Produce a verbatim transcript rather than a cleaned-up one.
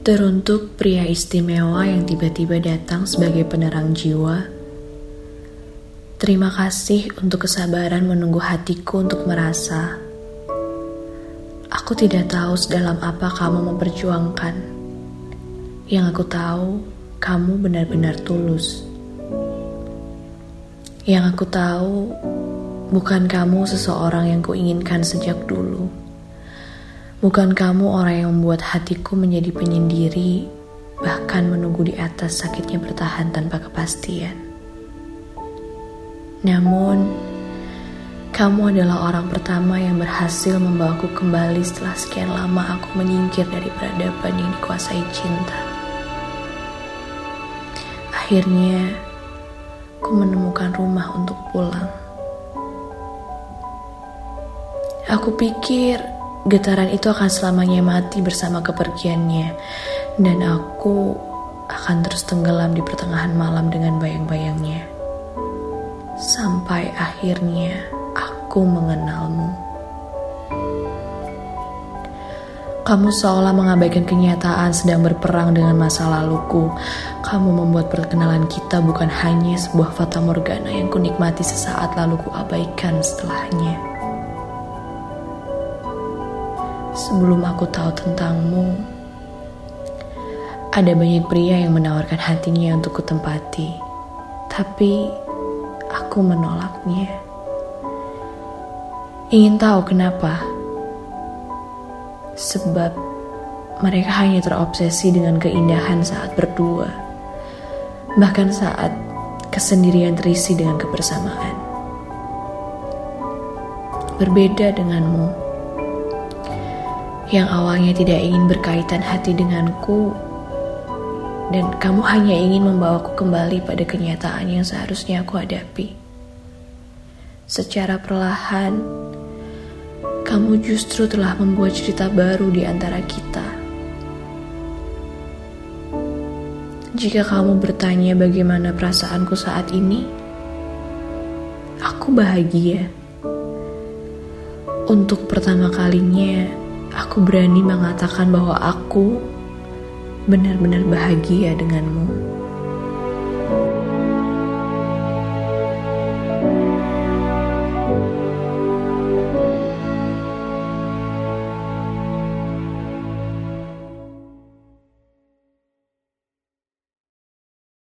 Teruntuk pria istimewa yang tiba-tiba datang sebagai penerang jiwa, terima kasih untuk kesabaran menunggu hatiku untuk merasa. Aku tidak tahu sedalam apa kamu memperjuangkan. Yang aku tahu, kamu benar-benar tulus. Yang aku tahu, bukan kamu seseorang yang kuinginkan sejak dulu. Bukan kamu orang yang membuat hatiku menjadi penyendiri, bahkan menunggu di atas sakitnya bertahan tanpa kepastian. Namun, kamu adalah orang pertama yang berhasil membawaku kembali setelah sekian lama aku menyingkir dari peradaban yang dikuasai cinta. Akhirnya, aku menemukan rumah untuk pulang. Aku pikir getaran itu akan selamanya mati bersama kepergiannya, dan aku akan terus tenggelam di pertengahan malam dengan bayang-bayangnya. Sampai akhirnya aku mengenalmu. Kamu seolah mengabaikan kenyataan sedang berperang dengan masa laluku. Kamu membuat perkenalan kita bukan hanya sebuah fata morgana yang kunikmati sesaat lalu kuabaikan setelahnya. Sebelum aku tahu tentangmu, ada banyak pria yang menawarkan hatinya untuk kutempati, tapi aku menolaknya. Ingin tahu kenapa? Sebab mereka hanya terobsesi dengan keindahan saat berdua, bahkan saat kesendirian terisi dengan kebersamaan. Berbeda denganmu, yang awalnya tidak ingin berkaitan hati denganku, dan kamu hanya ingin membawaku kembali pada kenyataan yang seharusnya aku hadapi. Secara perlahan, kamu justru telah membuat cerita baru di antara kita. Jika kamu bertanya bagaimana perasaanku saat ini, aku bahagia. Untuk pertama kalinya, aku berani mengatakan bahwa aku benar-benar bahagia denganmu.